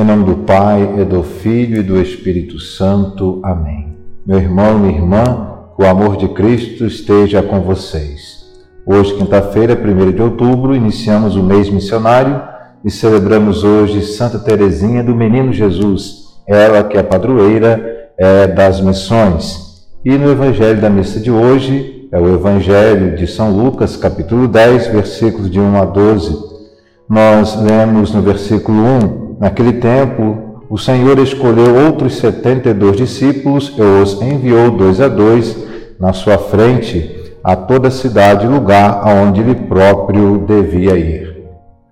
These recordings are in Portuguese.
Em nome do Pai, e do Filho e do Espírito Santo. Amém. Meu irmão e minha irmã, que o amor de Cristo esteja com vocês. Hoje, quinta-feira, 1º de outubro, iniciamos o mês missionário e celebramos hoje Santa Teresinha do Menino Jesus, ela que é padroeira das missões. E no Evangelho da missa de hoje, é o Evangelho de São Lucas, capítulo 10, versículos de 1 a 12. Nós lemos no versículo 1, naquele tempo, o Senhor escolheu outros 72 discípulos e os enviou 2 a 2 na sua frente a toda a cidade e lugar aonde ele próprio devia ir.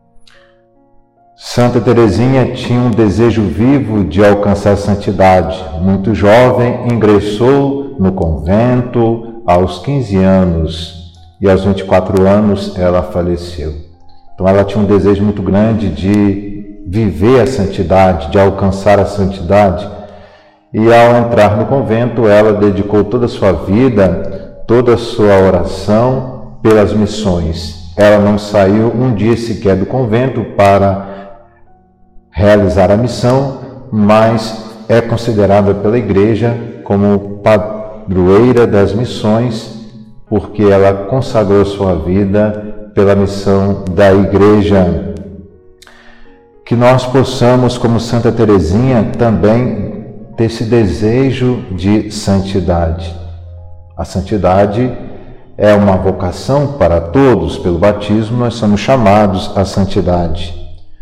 Santa Teresinha tinha um desejo vivo de alcançar a santidade. Muito jovem, ingressou no convento aos 15 anos e aos 24 anos ela faleceu. Então ela tinha um desejo muito grande de viver a santidade, de alcançar a santidade. E ao entrar no convento, ela dedicou toda a sua vida, toda a sua oração pelas missões. Ela não saiu um dia sequer do convento para realizar a missão, mas é considerada pela Igreja como padroeira das missões, porque ela consagrou sua vida pela missão da Igreja. Que nós possamos, como Santa Teresinha, também ter esse desejo de santidade. A santidade é uma vocação para todos. Pelo batismo, nós somos chamados à santidade.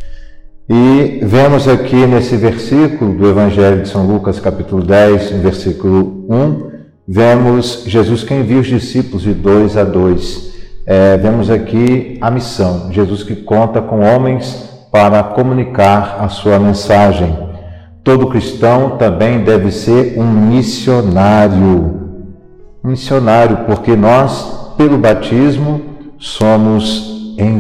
E vemos aqui nesse versículo do Evangelho de São Lucas, capítulo 10, versículo 1, vemos Jesus que envia os discípulos de 2 a 2. Vemos aqui a missão, Jesus que conta com homens para comunicar a sua mensagem. Todo cristão também deve ser um missionário. Missionário, porque nós, pelo batismo, somos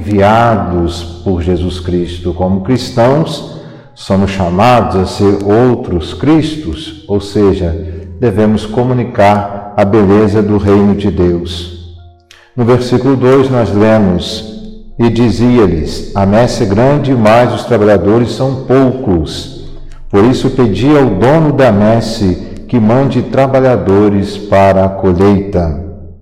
enviados por Jesus Cristo. Como cristãos, somos chamados a ser outros Cristos, ou seja, devemos comunicar a beleza do reino de Deus. No versículo 2 nós lemos: e dizia-lhes, a messe é grande, mas os trabalhadores são poucos. Por isso pedi ao dono da messe que mande trabalhadores para a colheita.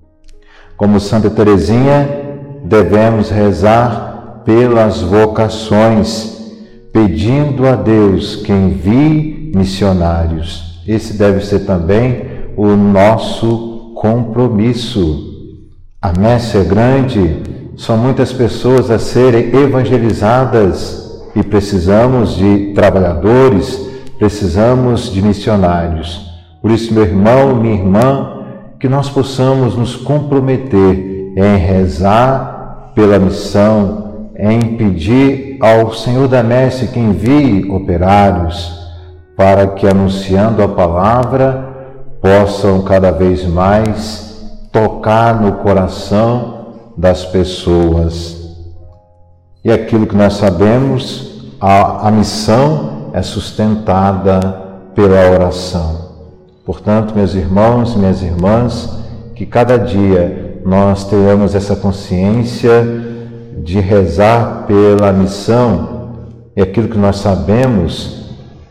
Como Santa Teresinha, devemos rezar pelas vocações, pedindo a Deus que envie missionários. Esse deve ser também o nosso compromisso. A messe é grande, são muitas pessoas a serem evangelizadas e precisamos de trabalhadores, precisamos de missionários. Por isso, meu irmão, minha irmã, que nós possamos nos comprometer em rezar pela missão, em pedir ao Senhor da messe que envie operários para que, anunciando a palavra, possam cada vez mais tocar no coração das pessoas. E aquilo que nós sabemos, a missão é sustentada pela oração. Portanto, meus irmãos e minhas irmãs, que cada dia nós tenhamos essa consciência de rezar pela missão, e aquilo que nós sabemos,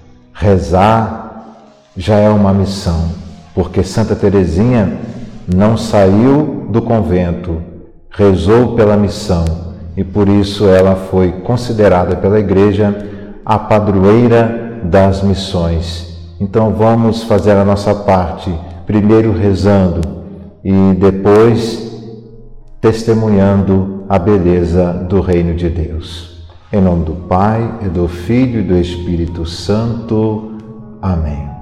rezar já é uma missão, porque Santa Teresinha não saiu do convento, rezou pela missão, e por isso ela foi considerada pela Igreja a padroeira das missões. Então vamos fazer a nossa parte, primeiro rezando e depois testemunhando a beleza do reino de Deus. Em nome do Pai, e do Filho e do Espírito Santo. Amém.